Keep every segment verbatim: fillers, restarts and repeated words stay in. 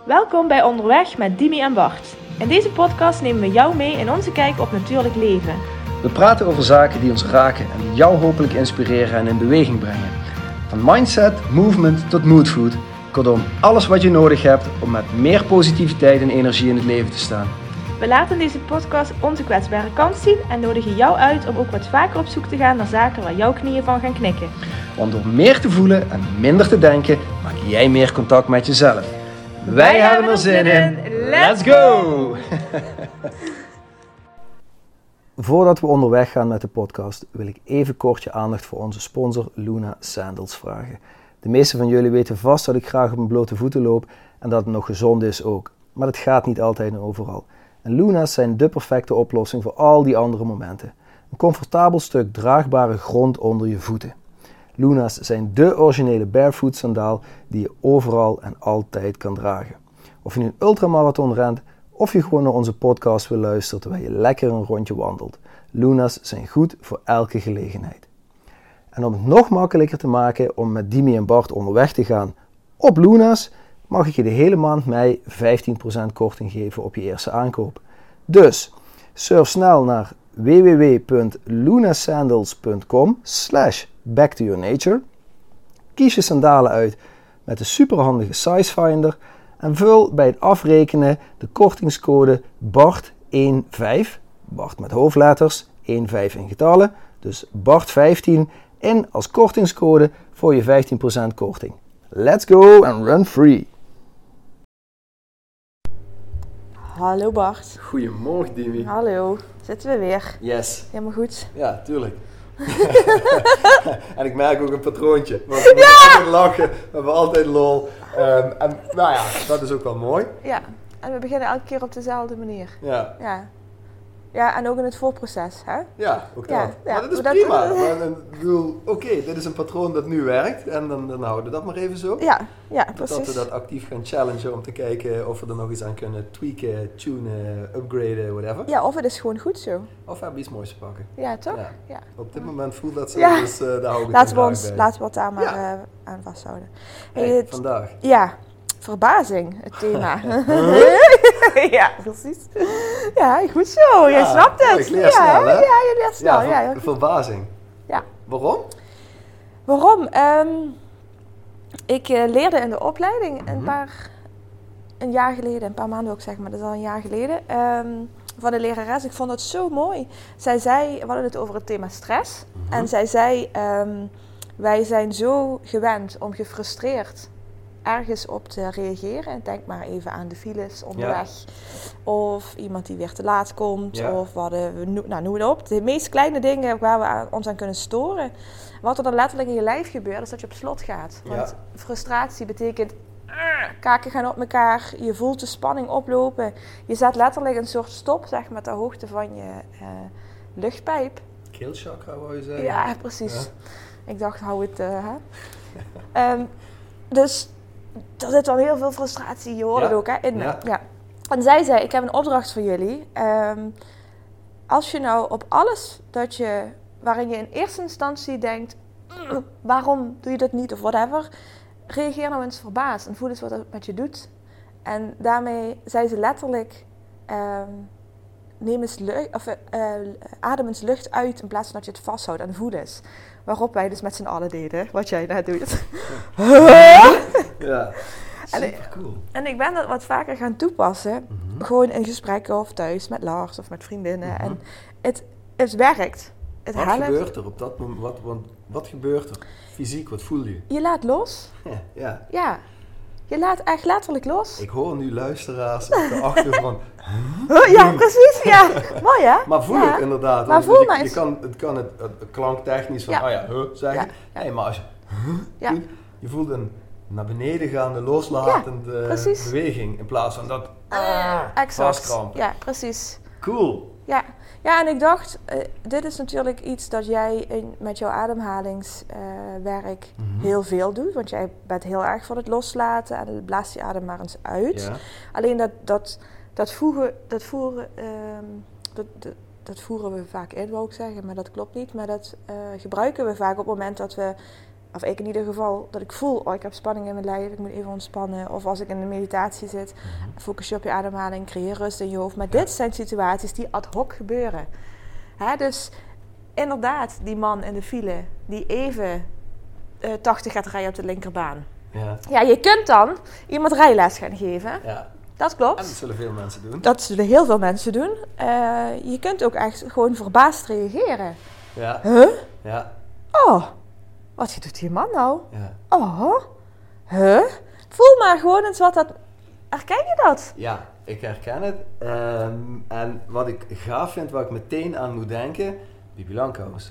Welkom bij Onderweg met Dimi en Bart. In deze podcast nemen we jou mee in onze kijk op natuurlijk leven. We praten over zaken die ons raken en die jou hopelijk inspireren en in beweging brengen. Van mindset, movement tot moodfood. Kortom, alles wat je nodig hebt om met meer positiviteit en energie in het leven te staan. We laten in deze podcast onze kwetsbare kant zien en nodigen jou uit om ook wat vaker op zoek te gaan naar zaken waar jouw knieën van gaan knikken. Want door meer te voelen en minder te denken, maak jij meer contact met jezelf. Wij, Wij hebben er zin in. Let's go! Voordat we onderweg gaan met de podcast, wil ik even kort je aandacht voor onze sponsor Luna Sandals vragen. De meeste van jullie weten vast dat ik graag op mijn blote voeten loop en dat het nog gezond is ook. Maar dat gaat niet altijd en overal. En Luna's zijn de perfecte oplossing voor al die andere momenten. Een comfortabel stuk draagbare grond onder je voeten. Luna's zijn dé originele barefoot sandaal die je overal en altijd kan dragen. Of je nu een ultramarathon rent of je gewoon naar onze podcast wil luisteren terwijl je lekker een rondje wandelt. Luna's zijn goed voor elke gelegenheid. En om het nog makkelijker te maken om met Dimi en Bart onderweg te gaan op Luna's, mag ik je de hele maand mei vijftien procent korting geven op je eerste aankoop. Dus surf snel naar w w w punt lunasandals punt com slash back to your nature. Kies je sandalen uit met de superhandige size finder en vul bij het afrekenen de kortingscode B A R T vijftien, Bart met hoofdletters, vijftien in getallen, dus B A R T vijftien in als kortingscode voor je vijftien procent korting. Let's go and run free! Hallo Bart. Goedemorgen Dimi. Hallo, zitten we weer. Yes. Helemaal goed. Ja, tuurlijk. En ik merk ook een patroontje. Want we hebben ja! altijd lachen, we hebben altijd lol. Um, en nou ja, dat is ook wel mooi. Ja, en we beginnen elke keer op dezelfde manier. Ja. Ja, ja en ook in het voorproces, hè? Ja, ook dat. Ja, ja. Maar dat is dat, prima. Uh, maar ik bedoel, oké, okay, dit is een patroon dat nu werkt. En dan, dan houden we dat maar even zo. Ja, ja, precies. Dat we dat actief gaan challengen om te kijken of we er nog eens aan kunnen tweaken, tunen, upgraden, whatever. Ja, of het is gewoon goed zo. Of we hebben iets moois te pakken. Ja, toch? Ja. Ja. Op dit moment voelt dat zo, ja. dus uh, daar hou ik laten het we ons, bij. Laten we het daar maar ja. uh, aan vasthouden. Hey, hey, het, vandaag. Ja, verbazing, het thema. Ja, precies. Ja, goed zo, jij ja, snapt het. Ik leer snel, ja, hè? Ja, je leert snel. Ja, ver, ja, verbazing. Ja. Waarom? Waarom? Um, ik uh, leerde in de opleiding een mm-hmm. paar, een jaar geleden, een paar maanden ook zeg maar, dat is al een jaar geleden, um, van de lerares. Ik vond het zo mooi. Zij zei, we hadden het over het thema stress. Mm-hmm. En zij zei, um, wij zijn zo gewend om gefrustreerd ergens op te reageren. Denk maar even aan de files onderweg. Ja. Of iemand die weer te laat komt. Ja. Of wat we, nou, noem het op. De meest kleine dingen waar we aan, ons aan kunnen storen. Wat er dan letterlijk in je lijf gebeurt, is dat je op slot gaat. Want ja. frustratie betekent uh, kaken gaan op elkaar. Je voelt de spanning oplopen. Je zet letterlijk een soort stop, zeg maar, ter hoogte van je uh, luchtpijp. Keelchakra, wou je zeggen? Ja, precies. Ja. Ik dacht, hou het... Uh, hè. um, dus... Er zit wel heel veel frustratie, je hoort ja. het ook, hè? In me. Ja. Ja. En zij zei, ik heb een opdracht voor jullie. Um, als je nou op alles dat je, waarin je in eerste instantie denkt, waarom doe je dat niet of whatever, reageer nou eens verbaasd en voel eens wat het met je doet. En daarmee zei ze letterlijk, um, neem eens lucht, of, uh, adem eens lucht uit in plaats van dat je het vasthoudt en voel eens. Waarop wij dus met z'n allen deden, wat jij net doet. Ja, super cool. En ik ben dat wat vaker gaan toepassen. Mm-hmm. Gewoon in gesprekken of thuis met Lars of met vriendinnen. Mm-hmm. En het, het werkt. Het wat helpt. gebeurt er op dat moment? Wat, wat, wat gebeurt er? Fysiek, wat voel je? Je laat los. Ja. Ja. ja. Je laat echt letterlijk los. Ik hoor nu luisteraars op de achtergrond. Huh? Ja, precies. Ja. Mooi hè? Maar voel ja. het inderdaad. Maar voel je, maar je kan, het kan het, het klanktechnisch van, ja. oh ja, huh, zeggen. Ja. Ja. Nee, maar als je huh, ja. doet, je voelt een naar beneden gaande, loslatende ja, beweging. In plaats van dat uh, vastkrampen. Ja, precies. Cool. Ja. Ja, en ik dacht, uh, dit is natuurlijk iets dat jij in, met jouw ademhalingswerk uh, mm-hmm. heel veel doet. Want jij bent heel erg van het loslaten en blaast je adem maar eens uit. Ja. Alleen dat, dat, dat voegen, dat voeren, um, dat, dat, dat voeren we vaak in, wou ik zeggen, maar dat klopt niet. Maar dat uh, gebruiken we vaak op het moment dat we of ik in ieder geval, dat ik voel, oh ik heb spanning in mijn lijf, ik moet even ontspannen. Of als ik in een meditatie zit, mm-hmm. focus je op je ademhaling, creëer rust in je hoofd. Maar ja. dit zijn situaties die ad hoc gebeuren. Hè, dus inderdaad, die man in de file die even uh, tachtig gaat rijden op de linkerbaan. Ja. ja, je kunt dan iemand rijles gaan geven. Ja. Dat klopt. En dat zullen veel mensen doen. Dat zullen heel veel mensen doen. Uh, je kunt ook echt gewoon verbaasd reageren. Ja. Huh? Ja. Oh, wat doet die man nou? Ja. Oh, huh? Voel maar gewoon eens wat dat... Herken je dat? Ja, ik herken het. Um, en wat ik gaaf vind, waar ik meteen aan moet denken... Bibi Langkous.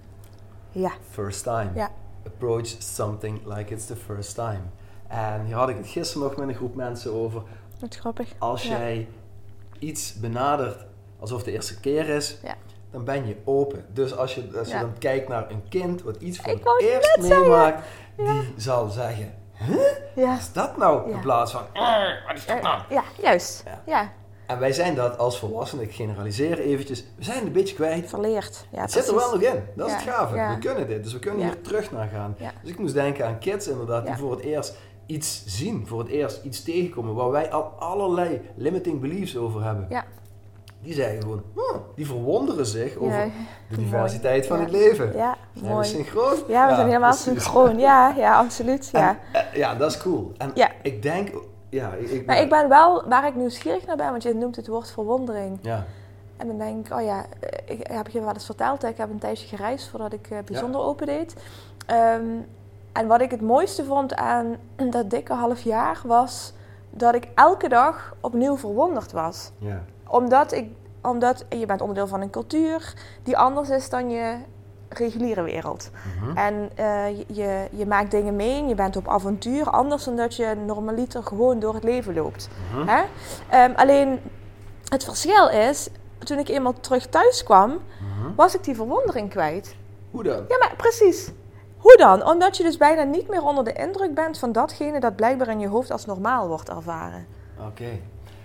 Ja. First time. Ja. Approach something like it's the first time. En hier had ik het gisteren nog met een groep mensen over. Dat is grappig. Als ja. jij iets benadert alsof het de eerste keer is, ja. dan ben je open. Dus als je, als je ja. dan kijkt naar een kind wat iets voor ik het eerst meemaakt, ja. die zal zeggen, huh? Ja. Wat is dat nou? Ja. In plaats van, wat is dat nou? Ja, juist. Ja. ja. En wij zijn dat als volwassenen, ik generaliseer eventjes, we zijn een beetje kwijt. Verleerd. Ja, het zit er wel nog in, dat ja. is het gave. Ja. We kunnen dit, dus we kunnen ja. hier terug naar gaan. Ja. Dus ik moest denken aan kids inderdaad, die ja. voor het eerst iets zien, voor het eerst iets tegenkomen, waar wij al allerlei limiting beliefs over hebben. Ja. Die zeggen gewoon, huh, die verwonderen zich over ja. de diversiteit van ja. het leven. Ja, zijn mooi. we synchroon? Ja, we ja, zijn helemaal synchroon. Ja, ja, absoluut. Ja, en, uh, ja dat is cool. En ja. ik denk... Ja, ik, ik, maar ik ben wel, waar ik nieuwsgierig naar ben, want je noemt het woord verwondering. Ja. En dan denk ik, oh ja, ik heb je wel eens verteld, hè? Ik heb een tijdje gereisd voordat ik uh, bijzonder ja. open deed. Um, en wat ik het mooiste vond aan dat dikke half jaar was dat ik elke dag opnieuw verwonderd was. Ja. Omdat ik, omdat je bent onderdeel van een cultuur die anders is dan je reguliere wereld. Mm-hmm. En uh, je, je maakt dingen mee en je bent op avontuur, anders dan dat je normaliter gewoon door het leven loopt. Mm-hmm. Hè? Um, alleen het verschil is, toen ik eenmaal terug thuis kwam, mm-hmm. was ik die verwondering kwijt. Hoe dan? Ja, maar precies. Hoe dan? Omdat je dus bijna niet meer onder de indruk bent van datgene dat blijkbaar in je hoofd als normaal wordt ervaren. Oké. Okay.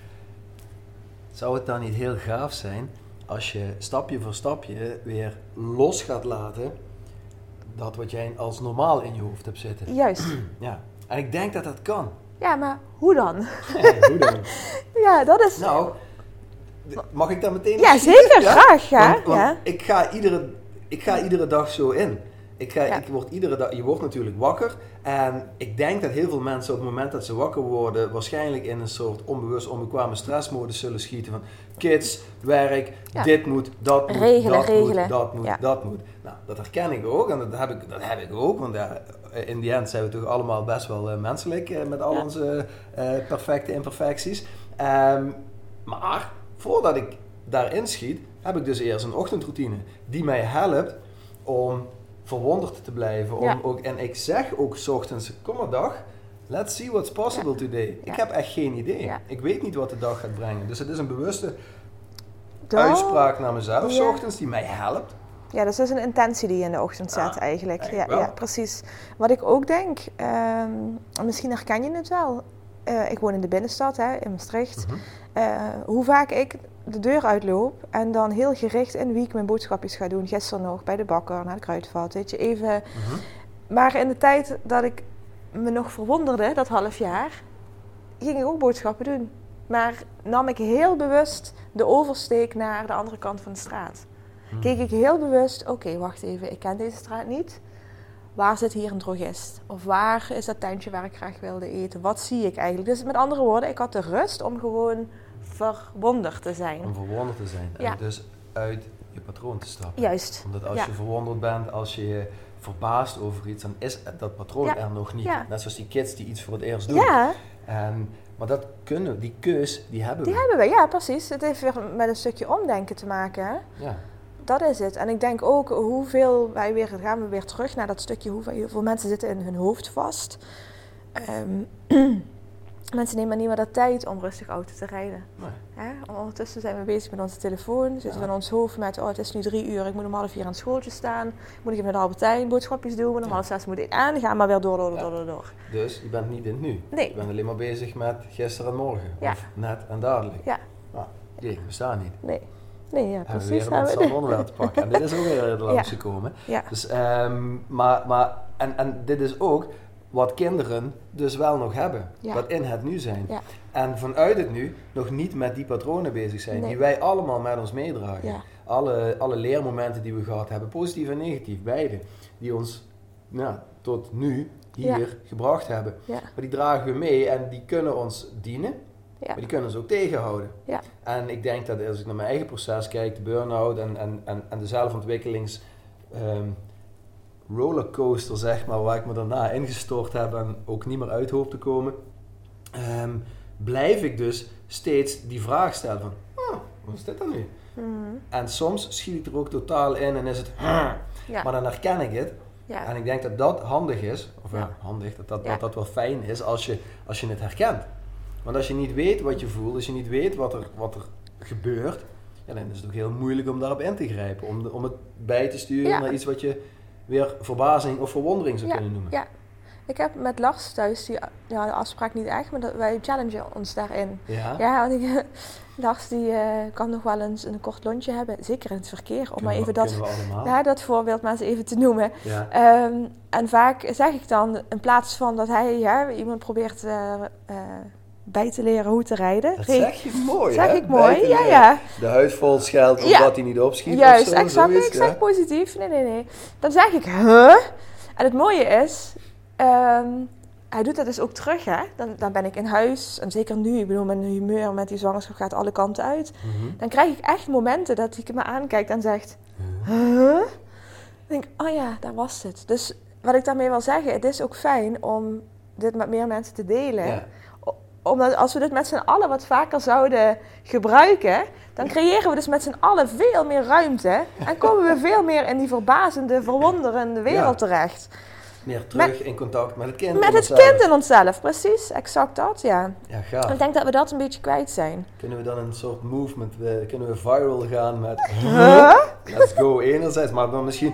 Zou het dan niet heel gaaf zijn als je stapje voor stapje weer los gaat laten dat wat jij als normaal in je hoofd hebt zitten? Juist. Ja. En ik denk dat dat kan. Ja, maar hoe dan? Hey, hoe dan? Ja, dat is... Nou, mag ik daar meteen... Ja, zeker. Ja? Graag. Ja. Want, want ja. ik ga iedere, ik ga iedere dag zo in. Ik ga, ja. ik word iedere dag, je wordt natuurlijk wakker en ik denk dat heel veel mensen op het moment dat ze wakker worden waarschijnlijk in een soort onbewust onbekwame stressmodus zullen schieten van kids, werk, ja. dit moet, dat moet, regelen, dat regelen. moet, dat moet, ja. dat moet. Nou, dat herken ik ook en dat heb ik, dat heb ik ook, want ja, in die end zijn we toch allemaal best wel uh, menselijk uh, met al ja. onze uh, perfecte imperfecties. Um, maar voordat ik daarin schiet, heb ik dus eerst een ochtendroutine die mij helpt om verwonderd te blijven. Om ja. ook, en ik zeg ook 's ochtends, kom maar dag, let's see what's possible ja. today. Ja. Ik heb echt geen idee. Ja. Ik weet niet wat de dag gaat brengen. Dus het is een bewuste Dan, uitspraak naar mezelf 's ja. ochtends die mij helpt. Ja, dus dat is een intentie die je in de ochtend zet ah, eigenlijk. Ja, ja, precies. Wat ik ook denk, um, misschien herken je het wel. Uh, ik woon in de binnenstad, hè, in Maastricht. Mm-hmm. Uh, hoe vaak ik de deur uitloop en dan heel gericht in wie ik mijn boodschapjes ga doen. Gisteren nog bij de bakker, naar de kruidvat, weet je, even. Mm-hmm. Maar in de tijd dat ik me nog verwonderde, dat half jaar, ging ik ook boodschappen doen. Maar nam ik heel bewust de oversteek naar de andere kant van de straat. Mm. Keek ik heel bewust, oké, okay, wacht even, ik ken deze straat niet. Waar zit hier een drogist? Of waar is dat tuintje waar ik graag wilde eten? Wat zie ik eigenlijk? Dus met andere woorden, ik had de rust om gewoon verwonderd te zijn. Om verwonderd te zijn. Ja. En dus uit je patroon te stappen. Juist. Omdat als ja. je verwonderd bent, als je je verbaast over iets, dan is dat patroon ja. er nog niet. Ja. Net zoals die kids die iets voor het eerst doen. Ja. En, maar dat kunnen, die keus, die hebben die we. Die hebben we, ja precies. Het heeft weer met een stukje omdenken te maken. Hè? Ja. Dat is het. En ik denk ook hoeveel, wij weer, gaan we weer terug naar dat stukje, hoeveel, hoeveel mensen zitten in hun hoofd vast. Um, mensen nemen niet meer de tijd om rustig auto te rijden. Nee. Ja, ondertussen zijn we bezig met onze telefoon. Zitten we ja. in ons hoofd met, oh het is nu drie uur, ik moet om half vier aan het schooltje staan. Moet ik even naar de Albertijn, boodschapjes doen, om ja. half zes moet ik aan. Ga maar weer door, door, door, door, door. Dus je bent niet in het nu. Nee. Je bent alleen maar bezig met gisteren en morgen. Ja. Of net en dadelijk. Ja. Nou, die bestaan niet. Nee. Nee, ja, precies. En we weer een interessant onderwerp te pakken. En dit is ook weer langs gekomen. Ja. Dus, um, maar, maar En, en dit is ook wat kinderen dus wel nog hebben. Ja. Wat in het nu zijn. Ja. En vanuit het nu nog niet met die patronen bezig zijn. Nee. Die wij allemaal met ons meedragen. Ja. Alle, alle leermomenten die we gehad hebben. Positief en negatief. Beide. Die ons nou, tot nu hier Ja. gebracht hebben. Ja. Maar die dragen we mee. En die kunnen ons dienen. Ja. Maar die kunnen ons ook tegenhouden. Ja. En ik denk dat als ik naar mijn eigen proces kijk. De burn-out en, en, en, en de zelfontwikkelings... Um, rollercoaster, zeg maar, waar ik me daarna ingestort heb en ook niet meer uit hoop te komen, um, blijf ik dus steeds die vraag stellen van, oh, wat is dit dan nu? Mm. En soms schiet ik er ook totaal in en is het, ja. maar dan herken ik het. Ja. En ik denk dat dat handig is, of ja, Ja. handig, dat dat, Ja. dat dat wel fijn is als je, als je het herkent. Want als je niet weet wat je voelt, als je niet weet wat er, wat er gebeurt, ja, dan is het ook heel moeilijk om daarop in te grijpen, om, de, om het bij te sturen Ja. naar iets wat je weer verbazing of verwondering zou Ja, kunnen noemen. ja. Ik heb met Lars thuis, die, ja, de afspraak niet echt, maar dat, wij challengen ons daarin. Ja? Ja, want ik, Lars die uh, kan nog wel eens een kort lontje hebben, zeker in het verkeer, om Kunnen maar we- even dat, kunnen we allemaal. ja, dat voorbeeld maar eens even te noemen. Ja. Um, en vaak zeg ik dan, in plaats van dat hij ja, iemand probeert uh, uh, bij te leren hoe te rijden. Dat re- zeg je mooi, Zeg hè? ik mooi, Bij te ja, leren. ja. De huid vol scheldt Ja. omdat hij niet opschiet Juist, of zo, exact. zoiets, Ik zeg ja? positief. Nee, nee, nee. Dan zeg ik, huh? En het mooie is, um, hij doet dat dus ook terug, hè. Dan, dan ben ik in huis, en zeker nu, ik bedoel, mijn humeur met die zwangerschap gaat alle kanten uit. Mhm. Dan krijg ik echt momenten dat hij me aankijkt en zegt, huh? Dan denk ik, oh ja, daar was het. Dus wat ik daarmee wil zeggen, het is ook fijn om dit met meer mensen te delen. Ja. Omdat als we dit met z'n allen wat vaker zouden gebruiken, dan creëren we dus met z'n allen veel meer ruimte. En komen we veel meer in die verbazende, verwonderende wereld Ja. terecht. Meer terug Met- in contact met het kind. Met in het onszelf. kind in onszelf, precies. Exact dat, ja. Ja, gaaf. Ik denk dat we dat een beetje kwijt zijn. Kunnen we dan een soort movement, uh, kunnen we viral gaan met Huh? let's go enerzijds, maar dan misschien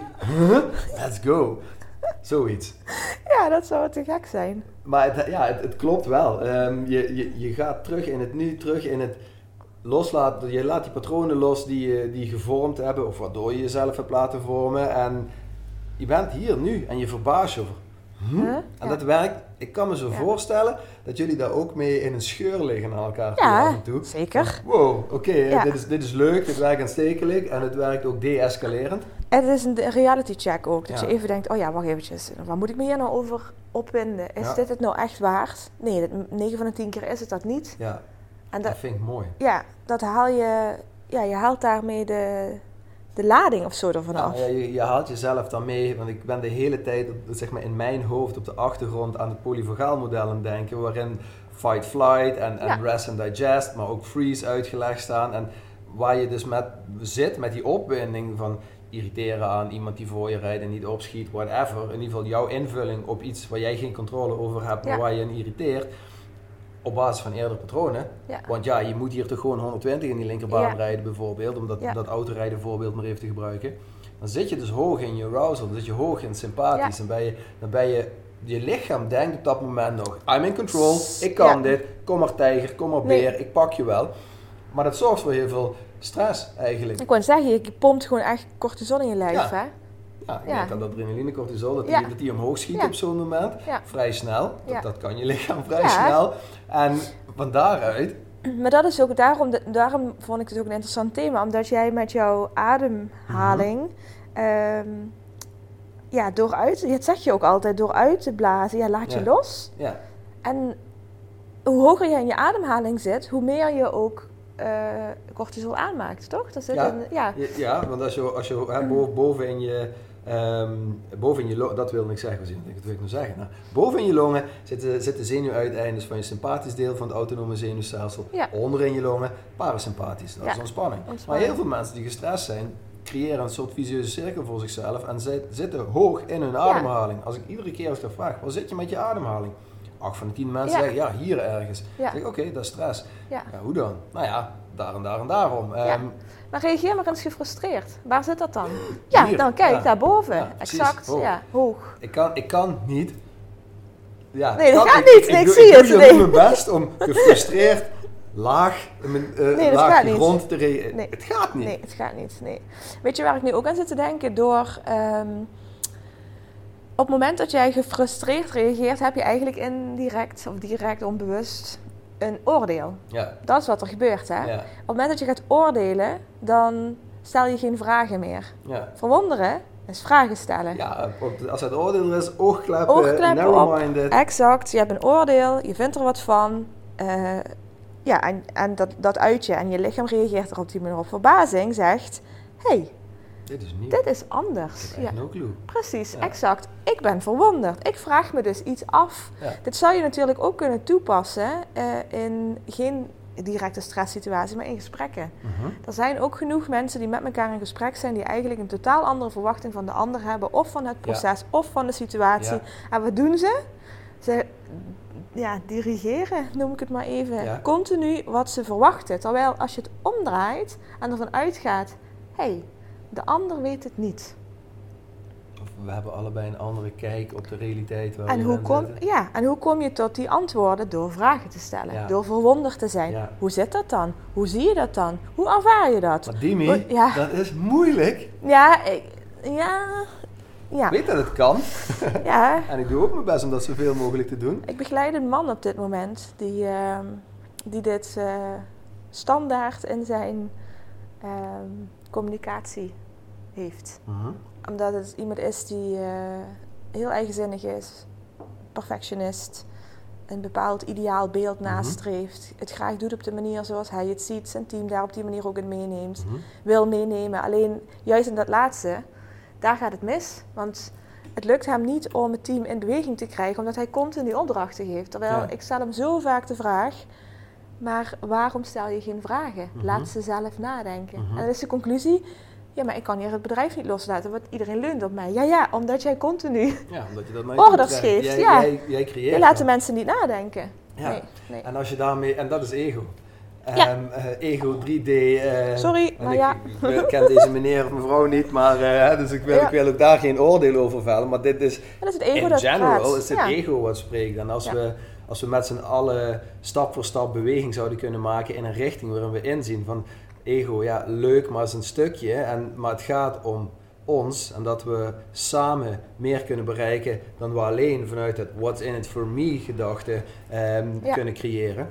let's go. Zoiets. Ja, dat zou te gek zijn. Maar het, ja, het, het klopt wel. Um, je, je, je gaat terug in het nu, terug in het loslaten. Je laat die patronen los die je, die je gevormd hebben, of waardoor je jezelf hebt laten vormen. En je bent hier nu en je verbaast je over. Hm? Huh? En Ja. dat werkt. Ik kan me zo Ja. voorstellen dat jullie daar ook mee in een scheur liggen naar elkaar toe Ja, af en toe. zeker. Wow, oké, Ja. dit, is, dit is leuk, dit werkt aanstekelijk en het werkt ook de-escalerend. Het is een reality check ook. Dat Ja. je even denkt, oh ja, wacht eventjes. Waar moet ik me hier nou over opwinden? Is Ja. dit het nou echt waard? Nee, negen van de tien keer is het dat niet. Ja, En dat dat, vind ik mooi. ja, dat haal je... Ja, je haalt daarmee de, de lading of zo ervan af. Nou, ja, je, je haalt jezelf dan mee, want ik ben de hele tijd op- zeg maar, in mijn hoofd op de achtergrond aan het polyvagaalmodel aan het denken, waarin fight, flight en, en Ja. rest and digest, maar ook freeze uitgelegd staan. En waar je dus met zit, met die opwinding van irriteren aan iemand die voor je rijdt en niet opschiet, whatever. In ieder geval jouw invulling op iets waar jij geen controle over hebt, maar Ja. waar je in irriteert. Op basis van eerdere patronen. Ja. Want ja, je moet hier toch gewoon honderdtwintig in die linkerbaan Ja. rijden bijvoorbeeld, om dat, Ja. dat autorijden voorbeeld maar even te gebruiken. Dan zit je dus hoog in je arousal, dan zit je hoog in sympathisch. Ja. Dan ben je, dan ben je, je lichaam denkt op dat moment nog, I'm in control, ik kan Ja. dit, kom maar tijger, kom maar Nee. beer, ik pak je wel. Maar dat zorgt voor heel veel stress eigenlijk. Ik wou zeggen, je pompt gewoon echt cortisol in je lijf, Ja. hè? Ja, ik Ja. denk dat adrenaline, cortisol, dat die, Ja. dat die omhoog schiet Ja. op zo'n moment. Ja. Vrij snel, dat, Ja. dat kan je lichaam vrij Ja. snel. En van daaruit, Maar dat is ook daarom, daarom vond ik het ook een interessant thema. Omdat jij met jouw ademhaling, ehm, ja, dooruit, dat zeg je ook altijd, dooruit te blazen, ja, laat je Ja. los. ja, En hoe hoger je in je ademhaling zit, hoe meer je ook eh, cortisol aanmaakt, toch? Dat zit Ja. in, ja. Ja, ja, want als je, als je hè, boven, boven in je, ehm, boven in je longen, dat wil ik zeggen, wat wil ik nou zeggen? Nou, boven in je longen zitten, zitten zenuwuiteindes van je sympathisch deel van het autonome zenuwstelsel. Ja. Onder in je longen parasympathisch, dat Ja. is ontspanning. Ontspanning. Maar heel veel mensen die gestrest zijn, creëren een soort vicieuze cirkel voor zichzelf en zit- zitten hoog in hun ademhaling. Als ik iedere keer als ik dat vraag, waar zit je met je ademhaling? Acht van de tien mensen Ja. zeggen, ja, hier ergens. Ja. Dan zeg ik, oké, dat is stress. Ja. Ja, hoe dan? Nou ja, daar en daar en daarom. Ja. Ehm, Maar reageer maar eens gefrustreerd. Waar zit dat dan? Ja, Hier. dan kijk Ja. daarboven. Ja, precies. Exact, Hoog. ja, hoog. Ik kan, ik kan niet. Ja, Nee, dat kan- gaat ik- niet. Ik, Nee, ik doe, zie ik het. doe Nee. mijn best om gefrustreerd laag, in mijn, eh, Nee, dat laag gaat de niet. grond te reageren. Nee. Het gaat niet. Nee, het gaat niet. Nee. Weet je waar ik nu ook aan zit te denken? Door, ehm, op het moment dat jij gefrustreerd reageert, heb je eigenlijk indirect of direct onbewust een oordeel. Ja. Dat is wat er gebeurt, hè? Ja. Op het moment dat je gaat oordelen, dan stel je geen vragen meer. Ja. Verwonderen is vragen stellen. Ja, als het oordeel er is, oogkleppen, Oogkleppen narrow-minded. Exact, je hebt een oordeel, je vindt er wat van. Uh, ja, en, en dat, dat uit je en je lichaam reageert er op die manier op. Verbazing zegt, hé, hey, dit is nieuw. Dit is anders. Ik heb echt no clue. Precies, ja. exact. Ik ben verwonderd. Ik vraag me dus iets af. Ja. Dit zou je natuurlijk ook kunnen toepassen uh, in geen directe stresssituatie, maar in gesprekken. Uh-huh. Er zijn ook genoeg mensen die met elkaar in gesprek zijn, die eigenlijk een totaal andere verwachting van de ander hebben, of van het proces, ja. of van de situatie. Ja. En wat doen ze? Ze ja, dirigeren, noem ik het maar even, ja. continu wat ze verwachten. Terwijl als je het omdraait en ervan uitgaat, hé, hey, de ander weet het niet. Of we hebben allebei een andere kijk op de realiteit. Waar en, we hoe kom, ja, en hoe kom je tot die antwoorden? Door vragen te stellen. Ja. Door verwonderd te zijn. Ja. Hoe zit dat dan? Hoe zie je dat dan? Hoe ervaar je dat? Maar Dimi, ja. dat is moeilijk. Ja, ik, ja, ja. Ik weet dat het kan. Ja. En ik doe ook mijn best om dat zoveel mogelijk te doen. Ik begeleid een man op dit moment die, uh, die dit uh, standaard in zijn uh, communicatie heeft. Uh-huh. Omdat het iemand is die uh, heel eigenzinnig is, perfectionist, een bepaald ideaal beeld uh-huh. nastreeft, het graag doet op de manier zoals hij het ziet, zijn team daar op die manier ook in meeneemt, uh-huh. wil meenemen. Alleen juist in dat laatste, daar gaat het mis. Want het lukt hem niet om het team in beweging te krijgen, omdat hij continu opdrachten geeft. Terwijl ja. ik stel hem zo vaak de vraag, maar waarom stel je geen vragen? Uh-huh. Laat ze zelf nadenken. Uh-huh. En dan is de conclusie, ja, maar ik kan hier het bedrijf niet loslaten, want iedereen leunt op mij. Ja, ja, omdat jij continu ja, omdat je dat maar orders geeft. Jij, ja. jij, jij creëert je laat de mensen niet nadenken. Ja. Nee, nee. En als je daarmee, en dat is ego. Ja. Um, uh, ego drie D. Uh, Sorry, maar ik, ja. Ik, ik ken deze meneer of mevrouw niet, maar uh, dus ik wil, ja. ik wil ook daar geen oordeel over vellen. Maar dit is, dat is het ego in dat general praat. is het ja. ego wat spreekt. En als, ja. we, als we met z'n allen stap voor stap beweging zouden kunnen maken in een richting waarin we inzien van ego, ja, leuk, maar is een stukje. En, maar het gaat om ons en dat we samen meer kunnen bereiken dan we alleen vanuit het what's in it for me gedachte um, ja. kunnen creëren.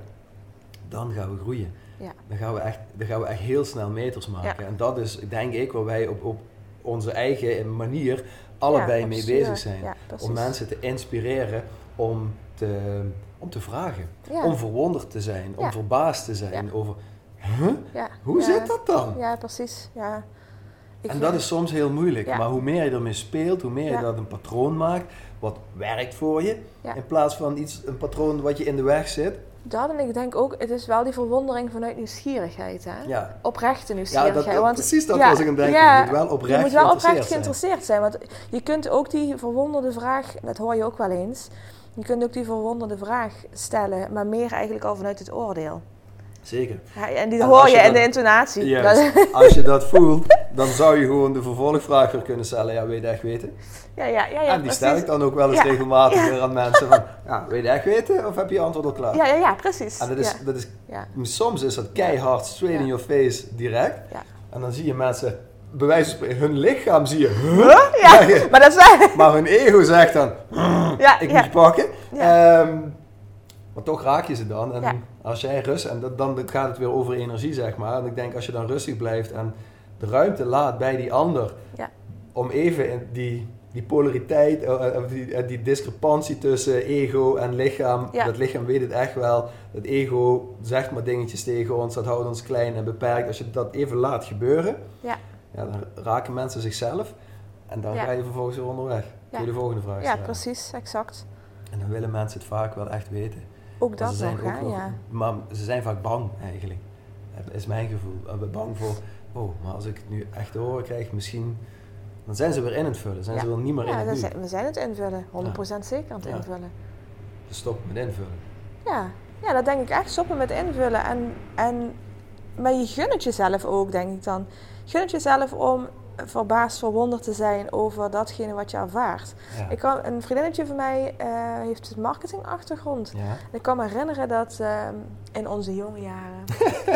Dan gaan we groeien. Ja. Dan, gaan we echt, dan gaan we echt heel snel meters maken. Ja. En dat is, denk ik, waar wij op, op onze eigen manier allebei ja, mee bezig zijn. Ja, om mensen te inspireren om te, om te vragen. Ja. Om verwonderd te zijn. Ja. Om verbaasd te zijn. Ja. Over, huh? Ja. Hoe ja. zit dat dan? Ja, precies. Ja. Ik en dat ja. is soms heel moeilijk. Ja. Maar hoe meer je ermee speelt, hoe meer je ja. dat een patroon maakt, wat werkt voor je. Ja. In plaats van iets, een patroon wat je in de weg zit. Dat en ik denk ook, het is wel die verwondering vanuit nieuwsgierigheid, hè? Ja. Oprechte nieuwsgierigheid. Ja, dat, want, precies dat ja, was ik aan het denken. Ja, je moet wel oprecht, je moet wel oprecht geïnteresseerd, geïnteresseerd zijn. zijn. Want je kunt ook die verwonderde vraag, dat hoor je ook wel eens, je kunt ook die verwonderde vraag stellen, maar meer eigenlijk al vanuit het oordeel. Zeker. Ja, en die en hoor je, je in dat, de intonatie. Juist, als je dat voelt, dan zou je gewoon de vervolgvraag weer kunnen stellen. Ja, wil je het echt weten? Ja, ja, ja, ja, en die precies. stel ik dan ook wel eens ja, regelmatig ja. weer aan mensen van, ja, wil je het echt weten of heb je je antwoord al klaar? Ja, ja, ja, precies. En dat is, ja. dat is, ja. soms is dat keihard, straight ja. in your face, direct. Ja. En dan zie je mensen, bij wijze van spreken, hun lichaam zie je, huh? Ja, ja, maar dat is maar hun ego zegt dan, ja, ik ja. moet je pakken. Ja. Um, maar toch raak je ze dan. En ja. als jij rust, en dat, dan gaat het weer over energie, zeg maar. En ik denk, als je dan rustig blijft en de ruimte laat bij die ander, ja. om even in die, die polariteit, uh, die, die discrepantie tussen ego en lichaam, ja. dat lichaam weet het echt wel, dat ego zegt maar dingetjes tegen ons, dat houdt ons klein en beperkt. Als je dat even laat gebeuren, ja. Ja, dan raken mensen zichzelf en dan ja. ga je vervolgens weer onderweg. Ja. Kun je de volgende vraag stellen. Ja, precies, exact. En dan willen mensen het vaak wel echt weten. Ook dat nog, ook, hè? Ja. Maar ze zijn vaak bang eigenlijk. Dat is mijn gevoel. We zijn bang voor, oh, maar als ik het nu echt te horen krijg, misschien... Dan zijn ze weer in het vullen. Zijn ja. ze wel niet meer ja, in het nu. Zijn, we zijn het invullen. honderd procent ja. zeker aan het ja. invullen. Dus stop met invullen. Ja. ja, dat denk ik echt. Stoppen met invullen. En, en, maar je gun het jezelf ook, denk ik dan. Gun het jezelf om verbaasd, verwonderd te zijn over datgene wat je ervaart. Ja. Ik kan, een vriendinnetje van mij uh, heeft een marketingachtergrond. Ja. Ik kan me herinneren dat uh, in onze jonge jaren...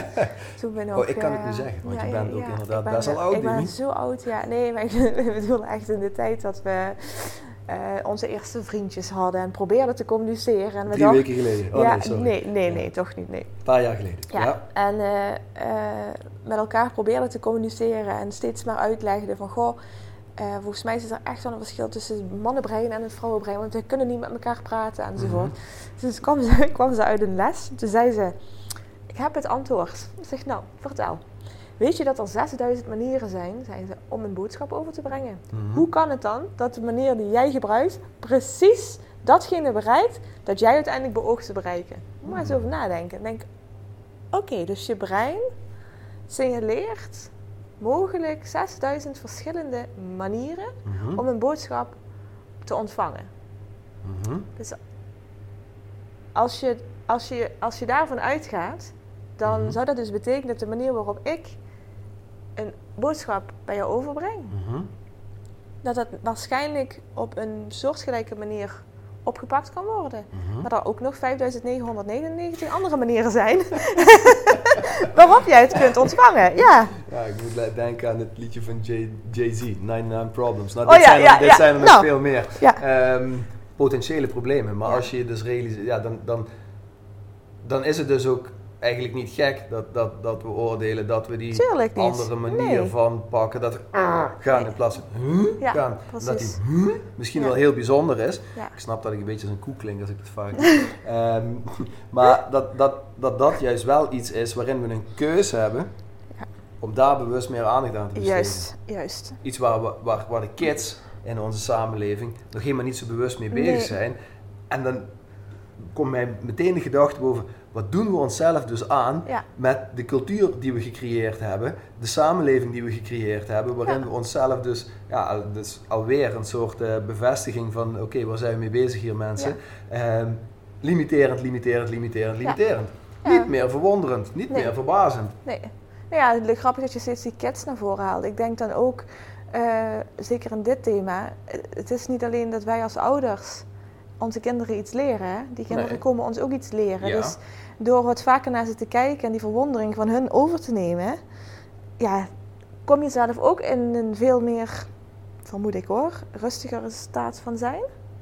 toen we nog, oh, ik kan het uh, niet zeggen, want ja, je bent ja, ook ja, inderdaad ben, best wel oud. Ik ben niet? zo oud, ja. Nee, maar ik bedoel echt in de tijd dat we... uh, onze eerste vriendjes hadden en probeerden te communiceren. En we Drie dachten, weken geleden? Oh ja, nee, sorry. Nee, nee, nee, toch niet, nee. Een paar jaar geleden. Ja, ja. En uh, uh, met elkaar probeerden te communiceren en steeds maar uitlegden van, goh, uh, volgens mij is er echt wel een verschil tussen het mannenbrein en het vrouwenbrein, want we kunnen niet met elkaar praten enzovoort. Mm-hmm. Dus kwam ze, kwam ze uit een les, toen zei ze, ik heb het antwoord. Ik zeg, nou, vertel. Weet je dat er zesduizend manieren zijn, zei ze, om een boodschap over te brengen? Mm-hmm. Hoe kan het dan dat de manier die jij gebruikt precies datgene bereikt dat jij uiteindelijk beoogt te bereiken? Moet maar eens over nadenken. Denk, oké, okay, dus je brein signaleert mogelijk zesduizend verschillende manieren mm-hmm. om een boodschap te ontvangen. Mm-hmm. Dus als je, als, je, als je daarvan uitgaat, dan mm-hmm. zou dat dus betekenen dat de manier waarop ik een boodschap bij jou overbreng, mm-hmm. dat dat waarschijnlijk op een soortgelijke manier opgepakt kan worden. Mm-hmm. Maar er ook nog vijfduizend negenhonderdnegenennegentig andere manieren zijn waarop jij het kunt ontvangen. Ja. Ja, ik moet denken aan het liedje van Jay- Jay-Z, negenennegentig Problems. Nou, oh, dit ja, zijn er, ja, dit ja. zijn er nog nou, veel meer. Ja. Um, potentiële problemen. Maar ja. als je dus realiseert, ja, dan, dan, dan is het dus ook eigenlijk niet gek dat, dat, dat we oordelen dat we die andere manier nee. van pakken. Dat we uh, gaan nee. in plaats van huh, ja, gaan. Precies. Dat die huh, misschien ja. wel heel bijzonder is. Ja. Ik snap dat ik een beetje als een koe klink als ik dat vaak doe. um, maar dat dat, dat dat juist wel iets is waarin we een keuze hebben ja. om daar bewust meer aandacht aan te besteden. Juist, juist. Iets waar, we, waar, waar de kids in onze samenleving nog helemaal niet zo bewust mee bezig nee. zijn. En dan komt mij meteen de gedachte boven, wat doen we onszelf dus aan ja. met de cultuur die we gecreëerd hebben, de samenleving die we gecreëerd hebben, waarin ja. we onszelf dus, ja, dus alweer een soort uh, bevestiging van, oké, okay, waar zijn we mee bezig hier mensen? Ja. Um, limiterend, limiterend, limiterend, limiterend. Ja. Ja. Niet meer verwonderend, niet nee. meer verbazend. Nee. Nou ja, grappig dat je steeds die kids naar voren haalt. Ik denk dan ook, uh, zeker in dit thema, het is niet alleen dat wij als ouders onze kinderen iets leren, hè? Die kinderen nee. komen ons ook iets leren. Ja. Dus door wat vaker naar ze te kijken en die verwondering van hun over te nemen, ja, kom je zelf ook in een veel meer, vermoed ik hoor, rustigere staat van zijn.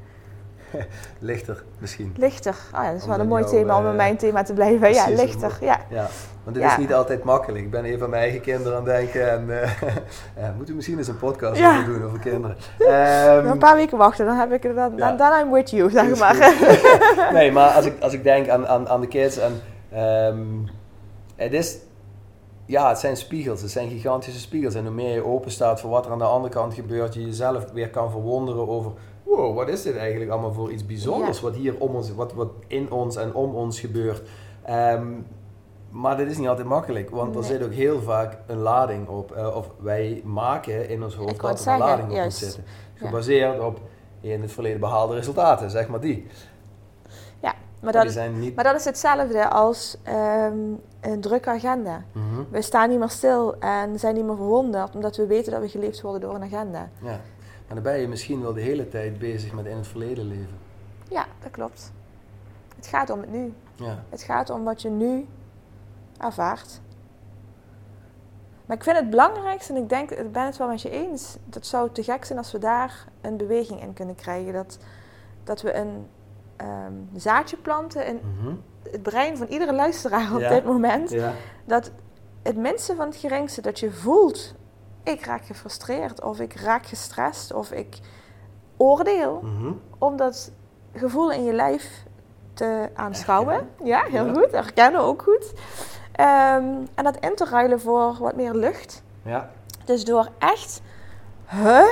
Lichter misschien. Lichter, oh ja, dat is wel een mooi jou, thema uh, om in mijn thema te blijven. Precies, ja, lichter. Ja. Ja. Want het ja. is niet altijd makkelijk. Ik ben even aan mijn eigen kinderen aan het denken. En uh, ja, moeten we misschien eens een podcast ja. over doen over kinderen. Um, een paar weken wachten, dan heb ik het dan, ja. dan, dan I'm with you, zeg maar. Nee, maar als ik, als ik denk aan, aan, aan de kids en um, het is, ja, het zijn spiegels, het zijn gigantische spiegels. En hoe meer je open staat voor wat er aan de andere kant gebeurt, je jezelf weer kan verwonderen over, wow, wat is dit eigenlijk allemaal voor iets bijzonders, ja. wat hier om ons, wat, wat in ons en om ons gebeurt. Um, maar dat is niet altijd makkelijk, want nee. er zit ook heel vaak een lading op, uh, of wij maken in ons hoofd dat er zeggen, een lading op moet zitten. Gebaseerd ja. op in het verleden behaalde resultaten, zeg maar die. Ja, maar dat, is, niet... maar dat is hetzelfde als um, een drukke agenda. Mm-hmm. We staan niet meer stil en zijn niet meer verwonderd, omdat we weten dat we geleefd worden door een agenda. Ja. Maar dan ben je misschien wel de hele tijd bezig met in het verleden leven. Ja, dat klopt. Het gaat om het nu. Ja. Het gaat om wat je nu ervaart. Maar ik vind het belangrijkste, en ik denk, ik ben het wel met je eens, dat zou te gek zijn als we daar een beweging in kunnen krijgen. Dat, dat we een um, zaadje planten in mm-hmm. het brein van iedere luisteraar op ja. dit moment. Ja. Dat het minste van het geringste dat je voelt, ik raak gefrustreerd of ik raak gestrest of ik oordeel, mm-hmm. om dat gevoel in je lijf te aanschouwen. Herkennen. Ja, heel ja. goed. Herkennen ook goed. Um, en dat in te ruilen voor wat meer lucht. Ja. Dus door echt, huh?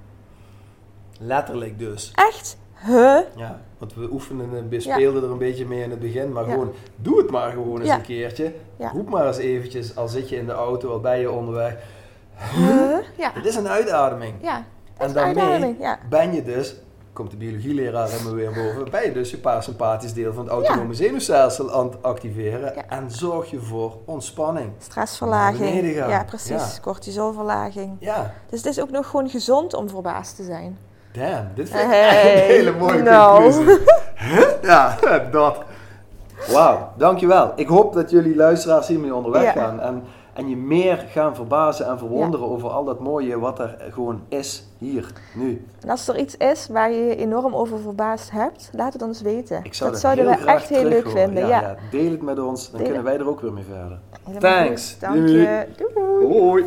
Letterlijk dus. Echt, huh? Ja, want we oefenen en bespeelden ja. er een beetje mee in het begin, maar ja. gewoon, doe het maar gewoon eens ja. een keertje. Ja. Roep maar eens eventjes, al zit je in de auto, al ben je onderweg. Huh? Ja. Het is een uitademing. Ja. En daarmee ja. ben je dus, komt de biologieleraar er me weer boven, ben je dus je parasympathisch deel van het autonome ja. zenuwstelsel aan het activeren ja. en zorg je voor ontspanning. Stressverlaging. Ja, precies. Ja. Cortisolverlaging. Ja. Dus het is ook nog gewoon gezond om verbaasd te zijn. Damn, dit vind ik hey, echt een hele mooie no. conclusie. Ja, dat. Wauw, dankjewel. Ik hoop dat jullie luisteraars hiermee onderweg ja. gaan. En En je meer gaan verbazen en verwonderen ja. over al dat mooie wat er gewoon is, hier, nu. En als er iets is waar je je enorm over verbaasd hebt, laat het ons weten. Ik zou dat zouden we echt heel leuk horen. vinden. Ja, Ja. Ja, deel het met ons, dan deel kunnen wij er ook weer mee verder. Helemaal Thanks. Goed. Dank je. Doei. Hoi.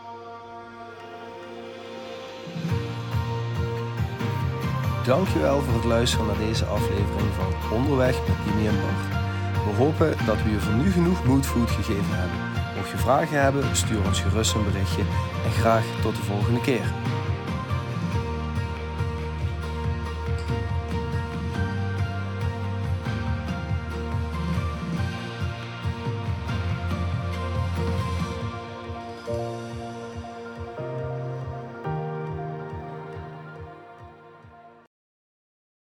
Dankjewel voor het luisteren naar deze aflevering van Onderweg met Dimi en Bart. We hopen dat we je voor nu genoeg moodfood gegeven hebben. Mocht je vragen hebben, stuur ons gerust een berichtje en graag tot de volgende keer.